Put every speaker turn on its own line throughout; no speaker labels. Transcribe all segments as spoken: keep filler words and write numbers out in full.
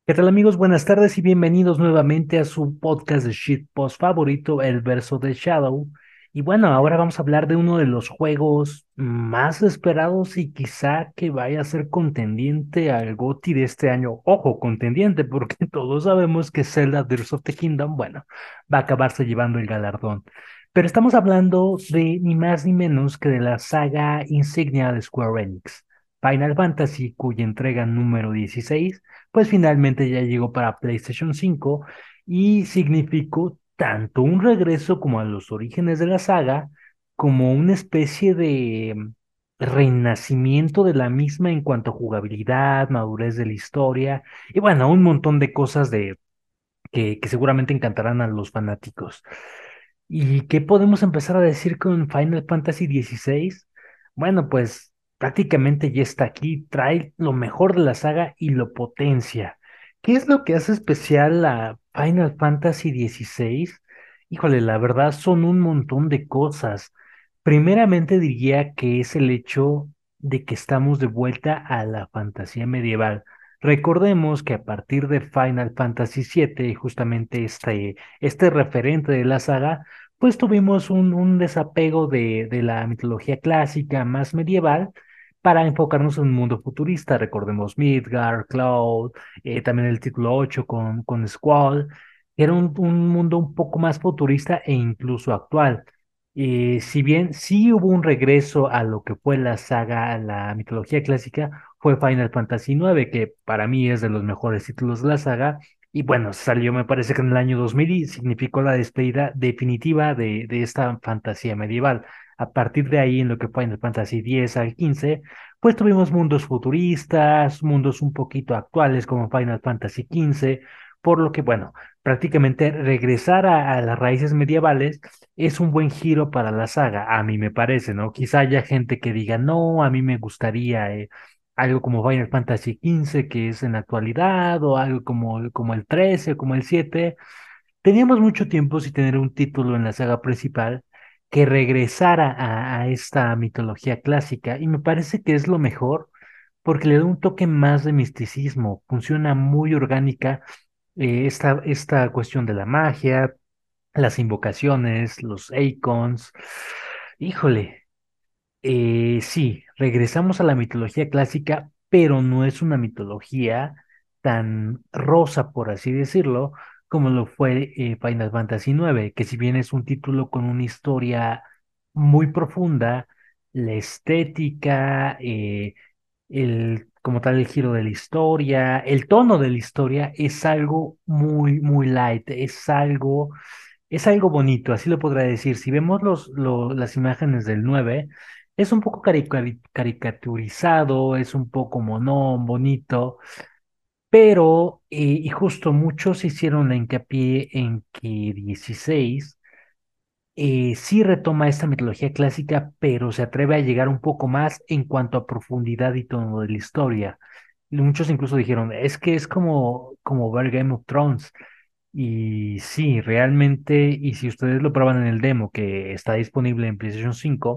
¿Qué tal amigos? Buenas tardes y bienvenidos nuevamente a su podcast de shitpost favorito, El Verso de Shadow. Y bueno, ahora vamos a hablar de uno de los juegos más esperados y quizá que vaya a ser contendiente al GOTY de este año. Ojo, contendiente, porque todos sabemos que Zelda Tears of the Kingdom, bueno, va a acabarse llevando el galardón. Pero estamos hablando de ni más ni menos que de la saga insignia de Square Enix, Final Fantasy, cuya entrega número dieciséis pues finalmente ya llegó para PlayStation cinco y significó tanto un regreso como a los orígenes de la saga, como una especie de mm, renacimiento de la misma en cuanto a jugabilidad, madurez de la historia y bueno, un montón de cosas de que, que seguramente encantarán a los fanáticos. ¿Y qué podemos empezar a decir con Final Fantasy dieciséis? Bueno, pues prácticamente ya está aquí, trae lo mejor de la saga y lo potencia. ¿Qué es lo que hace especial a Final Fantasy dieciséis? Híjole, la verdad son un montón de cosas. Primeramente diría que es el hecho de que estamos de vuelta a la fantasía medieval. Recordemos que a partir de Final Fantasy siete, justamente este, este referente de la saga, pues tuvimos un, un desapego de, de la mitología clásica más medieval para enfocarnos en un mundo futurista. Recordemos Midgar, Cloud, eh, también el título ocho con, con Squall. Era un, un mundo un poco más futurista e incluso actual. Eh, si bien sí hubo un regreso a lo que fue la saga, a la mitología clásica, fue Final Fantasy nueve, que para mí es de los mejores títulos de la saga. Y bueno, salió me parece que en el año dos mil y significó la despedida definitiva de, de esta fantasía medieval. A partir de ahí, en lo que fue Final Fantasy diez al quince, pues tuvimos mundos futuristas, mundos un poquito actuales como Final Fantasy quince, por lo que bueno, prácticamente regresar a, a las raíces medievales es un buen giro para la saga, a mí me parece, ¿no? Quizá haya gente que diga, no, a mí me gustaría eh, algo como Final Fantasy quince, que es en la actualidad, o algo como, como el trece o como el siete. Teníamos mucho tiempo sin tener un título en la saga principal que regresara a, a esta mitología clásica, y me parece que es lo mejor porque le da un toque más de misticismo, funciona muy orgánica eh, esta, esta cuestión de la magia, las invocaciones, los icons. Híjole, eh, sí, regresamos a la mitología clásica, pero no es una mitología tan rosa, por así decirlo, como lo fue eh, Final Fantasy nueve, que si bien es un título con una historia muy profunda, la estética, eh, el, como tal el giro de la historia, el tono de la historia es algo muy, muy light, es algo es algo bonito, así lo podría decir. Si vemos los, lo- las imágenes del nueve, es un poco carica- caricaturizado, es un poco monón, bonito, pero, eh, y justo muchos hicieron la hincapié en que dieciséis eh, sí retoma esta mitología clásica, pero se atreve a llegar un poco más en cuanto a profundidad y tono de la historia. Y muchos incluso dijeron, es que es como, como ver Game of Thrones. Y sí, realmente, y si ustedes lo prueban en el demo que está disponible en PlayStation cinco,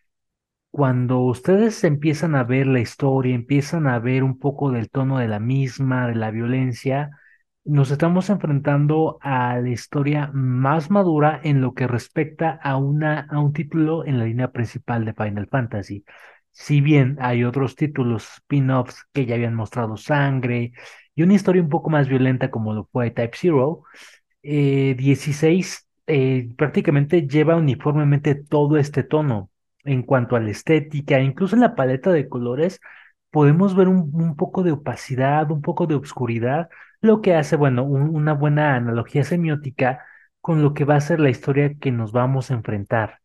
cuando ustedes empiezan a ver la historia, empiezan a ver un poco del tono de la misma, de la violencia, nos estamos enfrentando a la historia más madura en lo que respecta a una, a un título en la línea principal de Final Fantasy. Si bien hay otros títulos spin-offs que ya habían mostrado sangre y una historia un poco más violenta como lo fue Type Zero, eh, dieciséis eh, prácticamente lleva uniformemente todo este tono en cuanto a la estética, incluso en la paleta de colores podemos ver un, un poco de opacidad, un poco de obscuridad, lo que hace, bueno, un- una buena analogía semiótica con lo que va a ser la historia que nos vamos a enfrentar.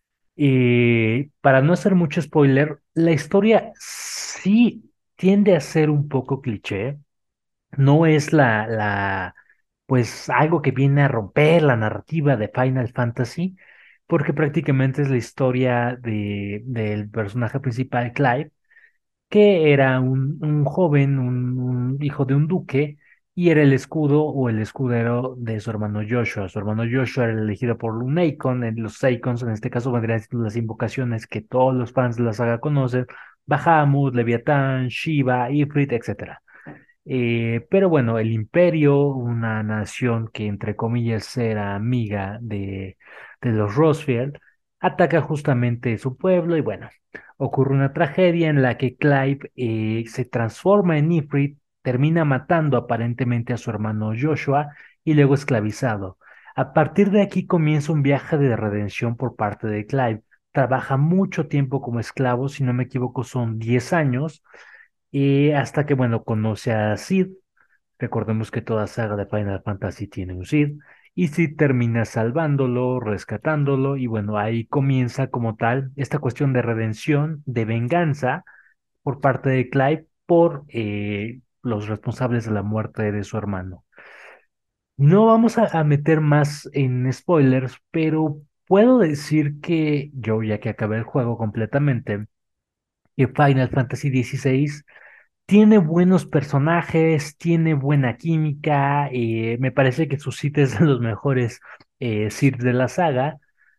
Eh, para no hacer mucho spoiler, la historia sí tiende a ser un poco cliché, no es la, la, pues algo que viene a romper la narrativa de Final Fantasy, porque prácticamente es la historia de, del personaje principal, Clive, que era un, un joven, un, un hijo de un duque, y era el escudo o el escudero de su hermano Joshua. Su hermano Joshua era elegido por un Icon, en los Icons en este caso vendrían siendo las invocaciones que todos los fans de la saga conocen, Bahamut, Leviatán, Shiva, Ifrit, etcétera. Eh, pero bueno, el Imperio, una nación que entre comillas era amiga de, de los Rothschild, ataca justamente su pueblo y bueno, ocurre una tragedia en la que Clive eh, se transforma en Ifrit, termina matando aparentemente a su hermano Joshua y luego esclavizado. A partir de aquí comienza un viaje de redención por parte de Clive. Trabaja mucho tiempo como esclavo, si no me equivoco son diez años, y hasta que, bueno, conoce a Sid. Recordemos que toda saga de Final Fantasy tiene un Sid, y Sid termina salvándolo, rescatándolo, y bueno, ahí comienza como tal esta cuestión de redención, de venganza por parte de Clive por eh, los responsables de la muerte de su hermano. No vamos a, a meter más en spoilers, pero puedo decir que yo, ya que acabé el juego completamente, que Final Fantasy dieciséis tiene buenos personajes, tiene buena química, eh, me parece que sus Sith es de los mejores eh, Sith de la saga,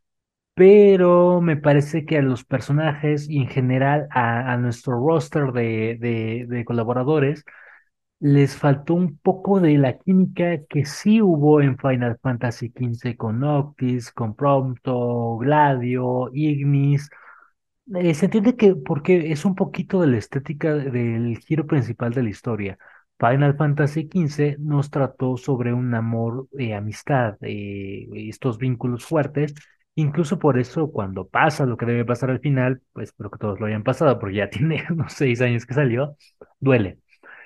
pero me parece que a los personajes y en general a, a nuestro roster de, de, de colaboradores les faltó un poco de la química que sí hubo en Final Fantasy quince con Noctis, con Prompto, Gladio, Ignis. Eh, se entiende que porque es un poquito de la estética del giro principal de la historia. Final Fantasy quince nos trató sobre un amor, eh, amistad, eh, estos vínculos fuertes. Incluso por eso cuando pasa lo que debe pasar al final, pues espero que todos lo hayan pasado, porque ya tiene unos seis años que salió, duele.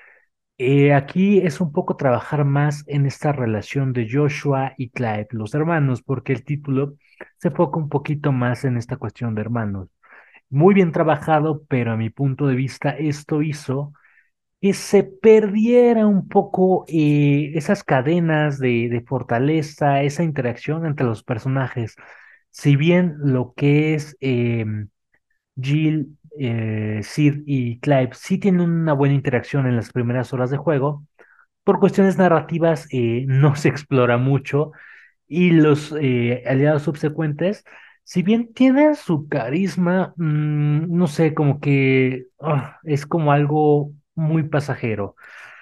Eh, aquí es un poco trabajar más en esta relación de Joshua y Clive, los hermanos, porque el título se enfoca un poquito más en esta cuestión de hermanos. Muy bien trabajado, pero a mi punto de vista esto hizo que se perdiera un poco eh, esas cadenas de, de fortaleza, esa interacción entre los personajes. Si bien lo que es em, Jill, eh, Sid y Clive sí tienen una buena interacción en las primeras horas de juego, por cuestiones narrativas eh, no se explora mucho y los eh, aliados subsecuentes, si bien tienen su carisma, mm, no sé, como que ah, es como algo muy pasajero.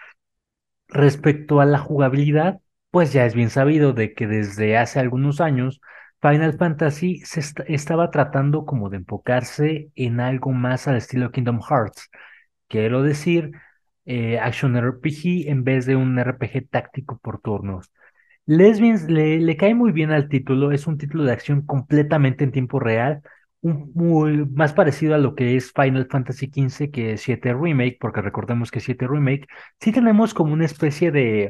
Respecto a la jugabilidad, pues ya es bien sabido de que desde hace algunos años Final Fantasy se est- estaba tratando como de enfocarse en algo más al estilo Kingdom Hearts. Quiero decir, eh, Action R P G en vez de un R P G táctico por turnos. Lesbians le, le cae muy bien al título, es un título de acción completamente en tiempo real, un- muy, más parecido a lo que es Final Fantasy quince que siete Remake, porque recordemos que siete Remake sí tenemos como una especie de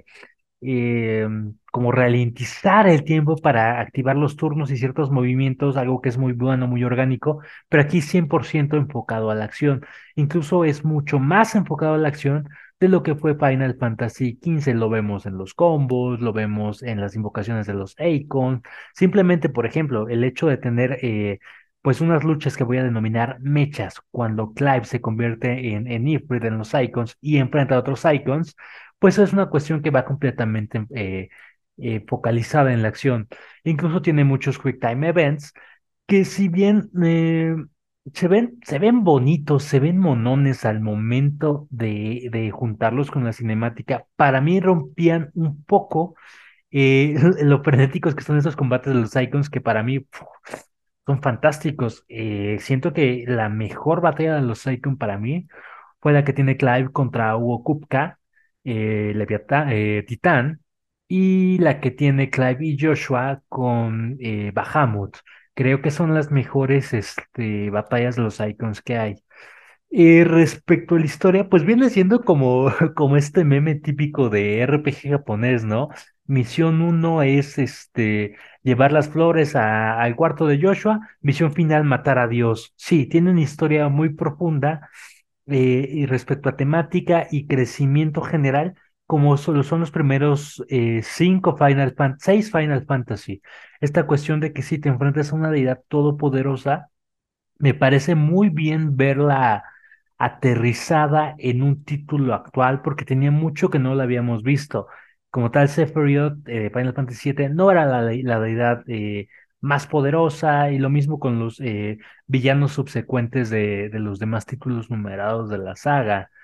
eh, como ralentizar el tiempo para activar los turnos y ciertos movimientos, algo que es muy bueno, muy orgánico, pero aquí cien por ciento enfocado a la acción. Incluso es mucho más enfocado a la acción de lo que fue Final Fantasy quince. Lo vemos en los combos, lo vemos en las invocaciones de los icons. Simplemente, por ejemplo, el hecho de tener eh, pues unas luchas que voy a denominar mechas, cuando Clive se convierte en, en Ifrit en los icons y enfrenta a otros icons, pues es una cuestión que va completamente eh, eh, focalizada en la acción. Incluso tiene muchos Quick Time Events que si bien eh, se ven, se ven bonitos, se ven monones al momento de, de juntarlos con la cinemática, para mí rompían un poco eh, lo frenéticos que son esos combates de los Icons que para mí pf, son fantásticos. Eh, siento que la mejor batalla de los Icons para mí fue la que tiene Clive contra Hugo Kupka, eh, Leviatán, eh, Titán, y la que tiene Clive y Joshua con eh, Bahamut. Creo que son las mejores este, batallas de los Icons que hay. Y respecto a la historia, pues viene siendo como, como este meme típico de R P G japonés, ¿no? Misión uno es este llevar las flores a- al cuarto de Joshua, misión final matar a Dios. Sí, tiene una historia muy profunda eh, y respecto a temática y crecimiento general, como solo son los primeros eh, cinco Final Fan, seis Final Fantasy. Esta cuestión de que si te enfrentas a una deidad todopoderosa, me parece muy bien verla aterrizada en un título actual porque tenía mucho que no la habíamos visto. Como tal, Sephiroth de Final Fantasy siete no era la, de- la deidad eh, más poderosa y lo mismo con los eh, villanos subsecuentes de, de los demás títulos numerados de la saga.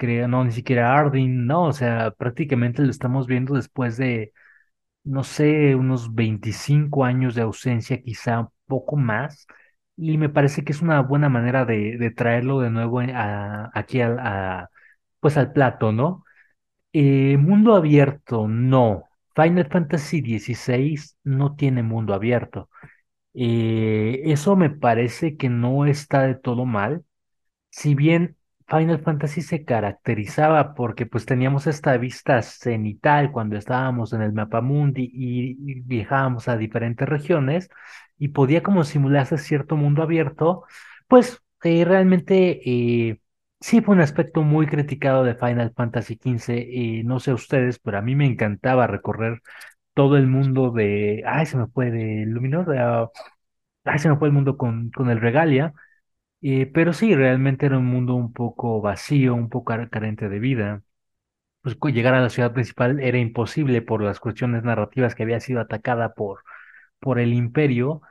creo, no, ni siquiera Arden, no, o sea, prácticamente lo estamos viendo después de, no sé, unos veinticinco años de ausencia, quizá un poco más, y me parece que es una buena manera de, de traerlo de nuevo a- aquí al, a, pues al plato, ¿no? Eh, mundo abierto, no. Final Fantasy dieciséis no tiene mundo abierto. Eh, eso me parece que no está de todo mal. Si bien Final Fantasy se caracterizaba porque pues teníamos esta vista cenital cuando estábamos en el mapamundi y, y viajábamos a diferentes regiones y podía como simularse cierto mundo abierto, pues eh, realmente eh, sí fue un aspecto muy criticado de Final Fantasy quince. Eh, no sé ustedes, pero a mí me encantaba recorrer todo el mundo de, ay, se me fue de Luminor, de, ah, ay, se me fue el mundo con, con el Regalia. Eh, pero sí, realmente era un mundo un poco vacío, un poco car- carente de vida. Pues cu- llegar a la ciudad principal era imposible por las cuestiones narrativas que había sido atacada por, por el imperio.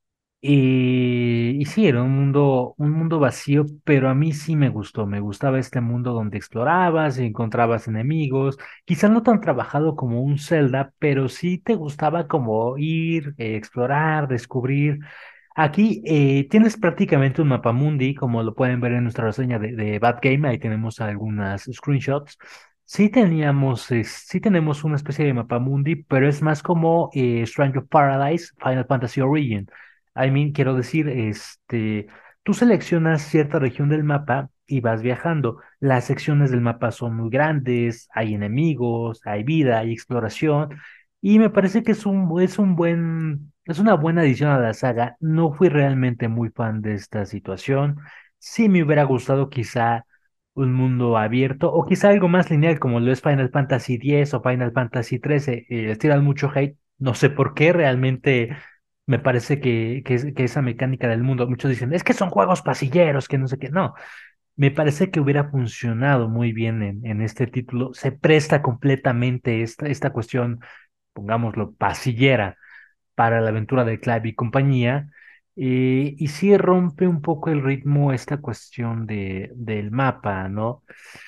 Y, y sí, era un mundo, un mundo vacío, pero a mí sí me gustó. Me gustaba este mundo donde explorabas y encontrabas enemigos. Quizás no tan trabajado como un Zelda, pero sí te gustaba como ir, eh, explorar, descubrir. Aquí eh, tienes prácticamente un mapamundi, como lo pueden ver en nuestra reseña de, de Bad Game. Ahí tenemos algunas screenshots. Sí teníamos, eh, sí tenemos una especie de mapamundi, pero es más como eh, Stranger of Paradise, Final Fantasy Origin. I mean, quiero decir, este, tú seleccionas cierta región del mapa y vas viajando. Las secciones del mapa son muy grandes, hay enemigos, hay vida, hay exploración, y me parece que es un, es un buen, es una buena adición a la saga. No fui realmente muy fan de esta situación. Sí me hubiera gustado quizá un mundo abierto o quizá algo más lineal como lo es Final Fantasy diez o Final Fantasy trece. Eh, les tiran mucho hate. No sé por qué realmente me parece que, que, es- que esa mecánica del mundo, muchos dicen, es que son juegos pasilleros, que no sé qué. No, me parece que hubiera funcionado muy bien en, en este título. Se presta completamente esta, esta cuestión, pongámoslo, pasillera para la aventura de Clive y compañía. Eh, y sí rompe un poco el ritmo esta cuestión de, del mapa, ¿no?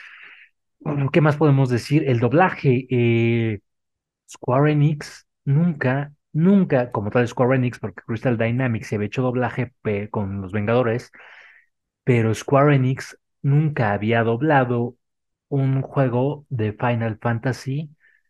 Bueno, ¿qué más podemos decir? El doblaje. eh, Square Enix nunca, nunca, como tal Square Enix, porque Crystal Dynamics se había hecho doblaje pe- con los Vengadores, pero Square Enix nunca había doblado un juego de Final Fantasy,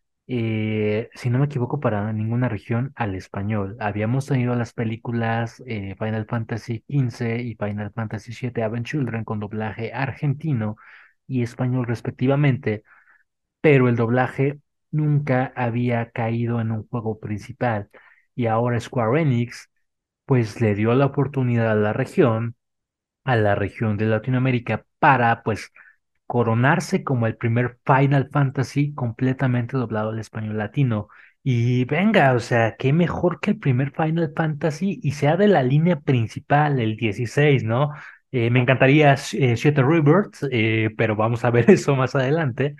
eh, si no me equivoco, para ninguna región al español. Habíamos tenido las películas eh, Final Fantasy quince y Final Fantasy siete Advent Children con doblaje argentino y español respectivamente, pero el doblaje nunca había caído en un juego principal. Y ahora Square Enix, pues le dio la oportunidad a la región, a la región de Latinoamérica, para pues coronarse como el primer Final Fantasy completamente doblado al español latino. Y venga, o sea, qué mejor que el primer Final Fantasy y sea de la línea principal, el dieciséis, ¿no? Eh, me encantaría eh, siete Rebirths, eh, pero vamos a ver eso más adelante.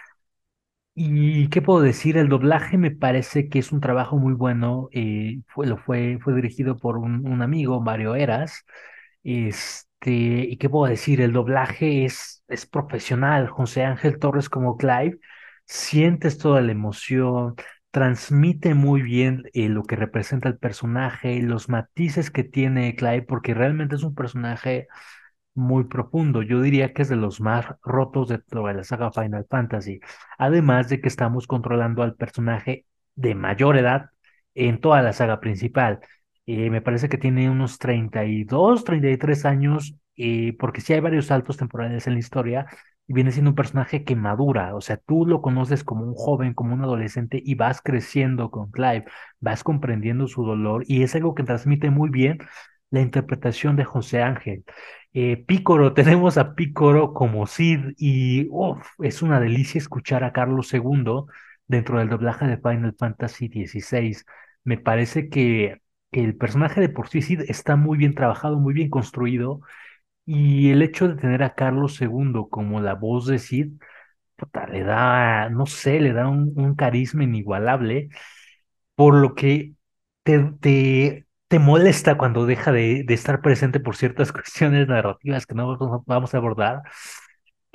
¿Y qué puedo decir? El doblaje me parece que es un trabajo muy bueno. Eh, fue, lo fue, fue dirigido por un, un amigo, Mario Eras. Este, ¿y qué puedo decir? El doblaje es, es profesional. José Ángel Torres como Clive, sientes toda la emoción, transmite muy bien eh, lo que representa el personaje, los matices que tiene Clive, porque realmente es un personaje muy profundo. Yo diría que es de los más rotos de toda la saga Final Fantasy. Además de que estamos controlando al personaje de mayor edad en toda la saga principal. Eh, me parece que tiene unos treinta treinta y dos treinta y tres años, eh, porque sí hay varios saltos temporales en la historia. Y viene siendo un personaje que madura, o sea, tú lo conoces como un joven, como un adolescente y vas creciendo con Clive, vas comprendiendo su dolor y es algo que transmite muy bien la interpretación de José Ángel. Eh, Pícoro, tenemos a Pícoro como Cid y uf, es una delicia escuchar a Carlos segundo dentro del doblaje de Final Fantasy dieciséis. Me parece que, que el personaje de por sí Cid está muy bien trabajado, muy bien construido y el hecho de tener a Carlos segundo como la voz de Cid, puta, le da, no sé, le da un, un carisma inigualable por lo que te, te, te molesta cuando deja de, de estar presente por ciertas cuestiones narrativas que no vamos vamos a abordar.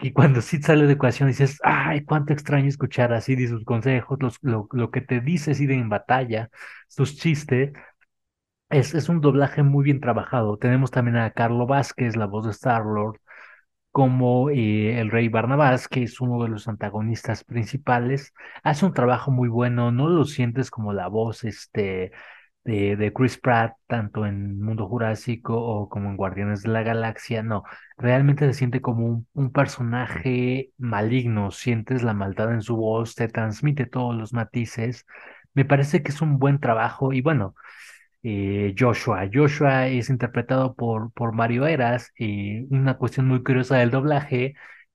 que cuando Sid sale de ecuación dices, ay, cuánto extraño escuchar a Sid y sus consejos, los, lo, lo que te dice Sid en batalla, sus chistes. Es, es un doblaje muy bien trabajado. Tenemos también a Carlo Vázquez, la voz de Star-Lord, como eh, el Rey Barnabás, que es uno de los antagonistas principales. Hace un trabajo muy bueno, no lo sientes como la voz este, de, de Chris Pratt, tanto en Mundo Jurásico o como en Guardianes de la Galaxia, no, realmente se siente como un, un personaje maligno, sientes la maldad en su voz, te transmite todos los matices. Me parece que es un buen trabajo y bueno, eh, Joshua. Joshua es interpretado por, por Mario Eras. Y una cuestión muy curiosa del doblaje,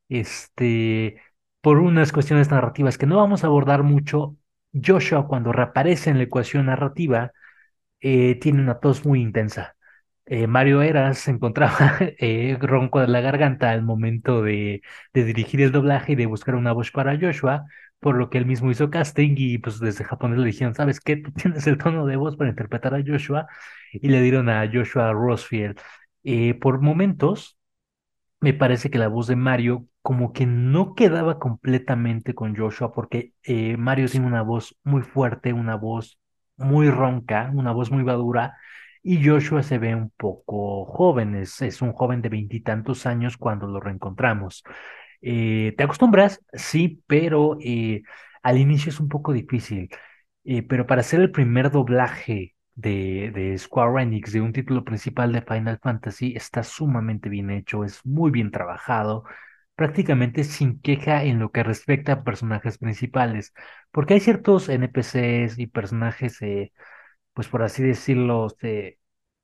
este, por unas cuestiones narrativas que no vamos a abordar mucho, Joshua cuando reaparece en la ecuación narrativa, eh, tiene una tos muy intensa. Eh, Mario Eras se encontraba eh, ronco de la garganta al momento de, de dirigir el doblaje y de buscar una voz para Joshua, por lo que él mismo hizo casting y pues desde japonés le dijeron, ¿sabes qué? Tú tienes el tono de voz para interpretar a Joshua y le dieron a Joshua Rosfield. Eh, por momentos me parece que la voz de Mario como que no quedaba completamente con Joshua porque eh, Mario tiene una voz muy fuerte, una voz muy ronca, una voz muy madura y Joshua se ve un poco joven, es, es un joven de veintitantos años cuando lo reencontramos. Eh, ¿te acostumbras? Sí, pero eh, al inicio es un poco difícil. Eh, pero para hacer el primer doblaje de, de Square Enix de un título principal de Final Fantasy está sumamente bien hecho, es muy bien trabajado, prácticamente sin queja en lo que respecta a personajes principales, porque hay ciertos N P Cs y personajes, eh, pues por así decirlo, de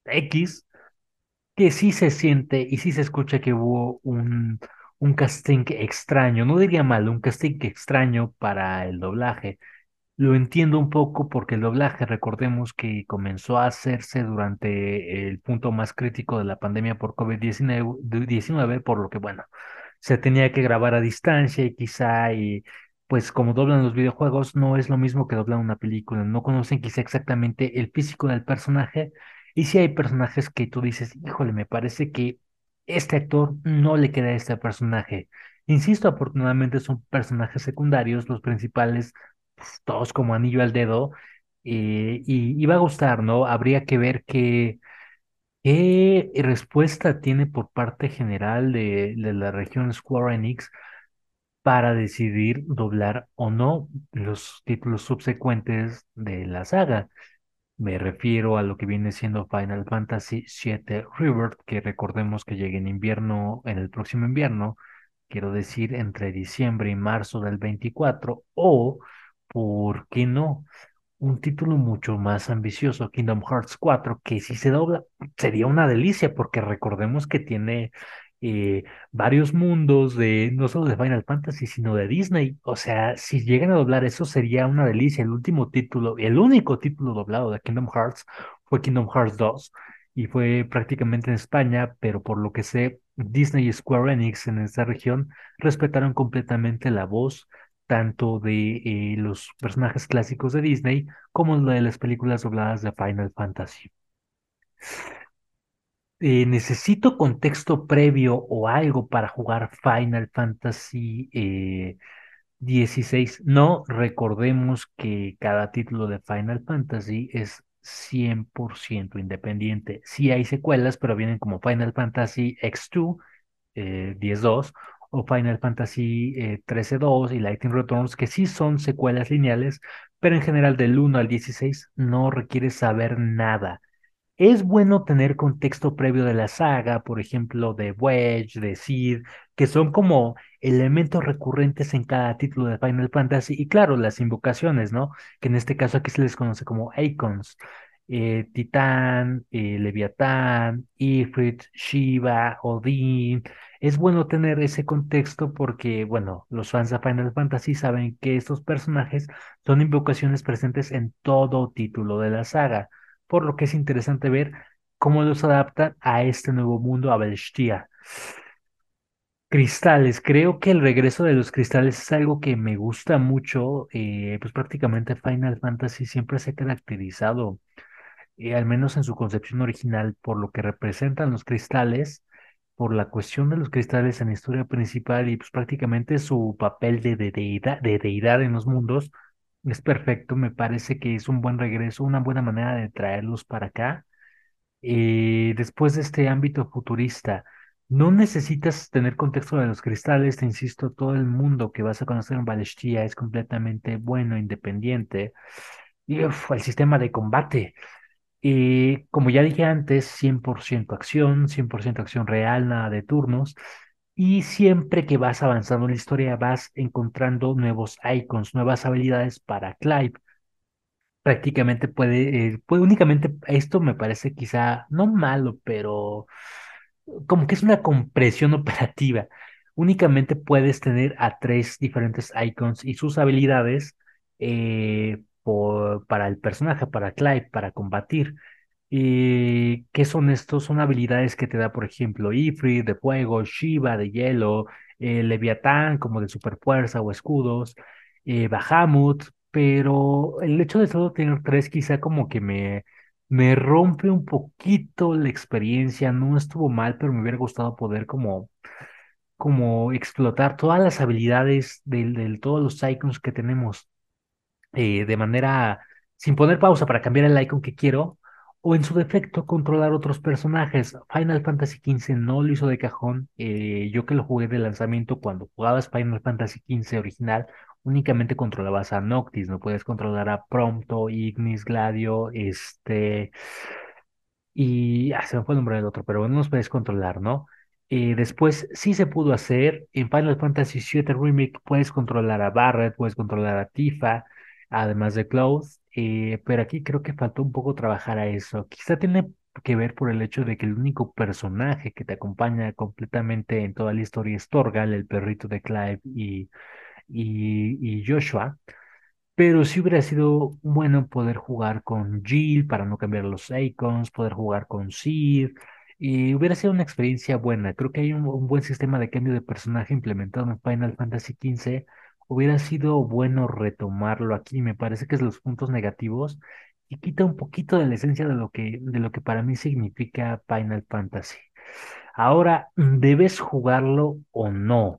X que sí se siente y sí se escucha que hubo un, un casting extraño, no diría mal, un casting extraño para el doblaje. Lo entiendo un poco porque el doblaje, recordemos que comenzó a hacerse durante el punto más crítico de la pandemia por COVID diecinueve, diecinueve, por lo que, bueno, se tenía que grabar a distancia y quizá, y, pues como doblan los videojuegos, no es lo mismo que doblan una película, no conocen quizá exactamente el físico del personaje y si hay personajes que tú dices, híjole, me parece que este actor no le queda a este personaje. Insisto, afortunadamente son personajes secundarios, los principales todos como anillo al dedo, eh, y, y va a gustar, ¿no? Habría que ver qué, qué respuesta tiene por parte general de, de la región Square Enix para decidir doblar o no los títulos subsecuentes de la saga. Me refiero a lo que viene siendo Final Fantasy siete Rebirth, que recordemos que llega en invierno, en el próximo invierno, quiero decir entre diciembre y marzo del veinticuatro, o, ¿por qué no? Un título mucho más ambicioso, Kingdom Hearts cuatro, que si se dobla sería una delicia, porque recordemos que tiene eh, varios mundos de no solo de Final Fantasy, sino de Disney. O sea, si llegan a doblar eso sería una delicia. El último título, el único título doblado de Kingdom Hearts fue Kingdom Hearts dos y fue prácticamente en España, pero por lo que sé, Disney y Square Enix en esta región respetaron completamente la voz tanto de eh, los personajes clásicos de Disney como lo de las películas dobladas de Final Fantasy. Eh, necesito contexto previo o algo para jugar Final Fantasy eh, dieciséis. No, recordemos que cada título de Final Fantasy es cien por ciento independiente. Sí hay secuelas, pero vienen como Final Fantasy X dos, eh, diez dos, o Final Fantasy eh, trece dos y Lightning Returns, que sí son secuelas lineales, pero en general del uno al dieciséis no requieres saber nada. Es bueno tener contexto previo de la saga, por ejemplo, de Wedge, de Sid, que son como elementos recurrentes en cada título de Final Fantasy. Y claro, las invocaciones, ¿no? Que en este caso aquí se les conoce como icons. Eh, Titán, eh, Leviatán, Ifrit, Shiva, Odín. Es bueno tener ese contexto porque, bueno, los fans de Final Fantasy saben que estos personajes son invocaciones presentes en todo título de la saga, por lo que es interesante ver cómo los adaptan a este nuevo mundo, a Belshtia. Cristales, creo que el regreso de los cristales es algo que me gusta mucho, eh, pues prácticamente Final Fantasy siempre se ha caracterizado, eh, al menos en su concepción original, por lo que representan los cristales, por la cuestión de los cristales en la historia principal y pues prácticamente su papel de, de, deidad, de deidad en los mundos es perfecto. Me parece que es un buen regreso, una buena manera de traerlos para acá. Eh, después de este ámbito futurista, no necesitas tener contexto de los cristales, te insisto, todo el mundo que vas a conocer en Balestia es completamente bueno, independiente. Y uf, el sistema de combate. Eh, como ya dije antes, cien por ciento acción, cien por ciento acción real, nada de turnos. Y siempre que vas avanzando en la historia, vas encontrando nuevos icons, nuevas habilidades para Clive. Prácticamente puede, eh, puede únicamente, esto me parece quizá no malo, pero como que es una compresión operativa. Únicamente puedes tener a tres diferentes icons y sus habilidades eh, por- para el personaje, para Clive, para combatir. ¿Y qué son estos? Son habilidades que te da, por ejemplo, Ifrit de fuego, Shiva de hielo, eh, Leviatán como de superfuerza o escudos, eh, Bahamut, pero el hecho de solo tener tres quizá como que me, me rompe un poquito la experiencia. No estuvo mal, pero me hubiera gustado poder como, como explotar todas las habilidades del, del todos los icons que tenemos eh, de manera sin poner pausa para cambiar el icon que quiero, o en su defecto controlar otros personajes. Final Fantasy quince no lo hizo de cajón. Eh, yo que lo jugué de lanzamiento, cuando jugabas Final Fantasy quince original, únicamente controlabas a Noctis, no puedes controlar a Prompto, Ignis, Gladio, este, y ah, se me fue el nombre del otro, pero bueno, no los puedes controlar, ¿no? Eh, después sí se pudo hacer. En Final Fantasy siete Remake puedes controlar a Barret, puedes controlar a Tifa, además de Cloud, eh, pero aquí creo que faltó un poco trabajar a eso. Quizá tiene que ver por el hecho de que el único personaje que te acompaña completamente en toda la historia es Torgal, el perrito de Clive y, y, y Joshua. Pero sí hubiera sido bueno poder jugar con Jill para no cambiar los icons, poder jugar con Sid, y hubiera sido una experiencia buena. Creo que hay un, un buen sistema de cambio de personaje implementado en Final Fantasy quince. Hubiera sido bueno retomarlo aquí. Me parece que es los puntos negativos y quita un poquito de la esencia de lo que, de lo que para mí significa Final Fantasy. Ahora, ¿debes jugarlo o no?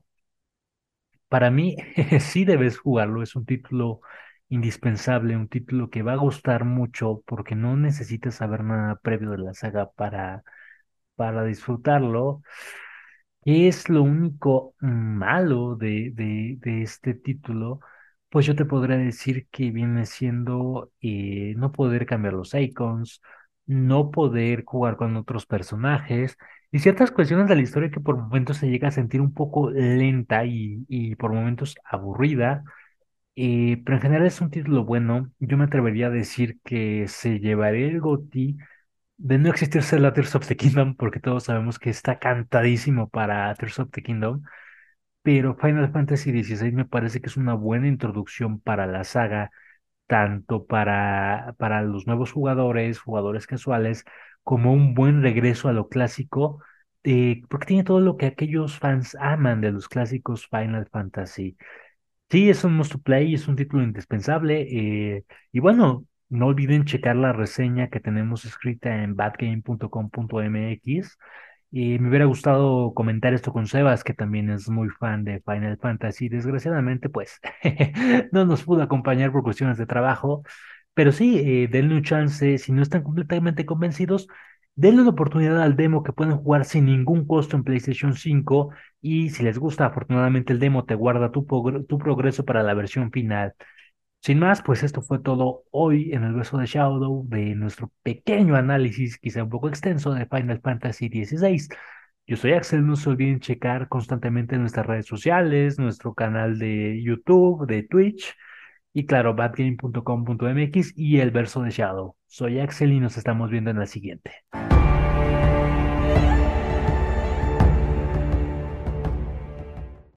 Para mí, sí debes jugarlo, es un título indispensable, un título que va a gustar mucho porque no necesitas saber nada previo de la saga para, para disfrutarlo. ¿Qué es lo único malo de, de, de este título? Pues yo te podría decir que viene siendo eh, no poder cambiar los icons, no poder jugar con otros personajes y ciertas cuestiones de la historia que por momentos se llega a sentir un poco lenta y, y por momentos aburrida. Eh, pero en general es un título bueno. Yo me atrevería a decir que se llevaría el GOTY de no existir Zelda Tears of the Kingdom, porque todos sabemos que está cantadísimo para Tears of the Kingdom, pero Final Fantasy dieciséis me parece que es una buena introducción para la saga, tanto para, para los nuevos jugadores, jugadores casuales, como un buen regreso a lo clásico, eh, porque tiene todo lo que aquellos fans aman de los clásicos Final Fantasy. Sí, es un must to play, es un título indispensable. Eh, y bueno, no olviden checar la reseña que tenemos escrita en badgame punto com punto m x. Y me hubiera gustado comentar esto con Sebas, que también es muy fan de Final Fantasy. Desgraciadamente, pues no nos pudo acompañar por cuestiones de trabajo. Pero sí, eh, denle un chance. Si no están completamente convencidos, denle una oportunidad al demo que pueden jugar sin ningún costo en PlayStation cinco. Y si les gusta, afortunadamente el demo te guarda tu, progr- tu progreso para la versión final. Sin más, pues esto fue todo hoy en el verso de Shadow de nuestro pequeño análisis, quizá un poco extenso, de Final Fantasy dieciséis. Yo soy Axel, no se olviden checar constantemente nuestras redes sociales, nuestro canal de YouTube, de Twitch y claro, badgame punto com punto m x y el verso de Shadow. Soy Axel y nos estamos viendo en la siguiente.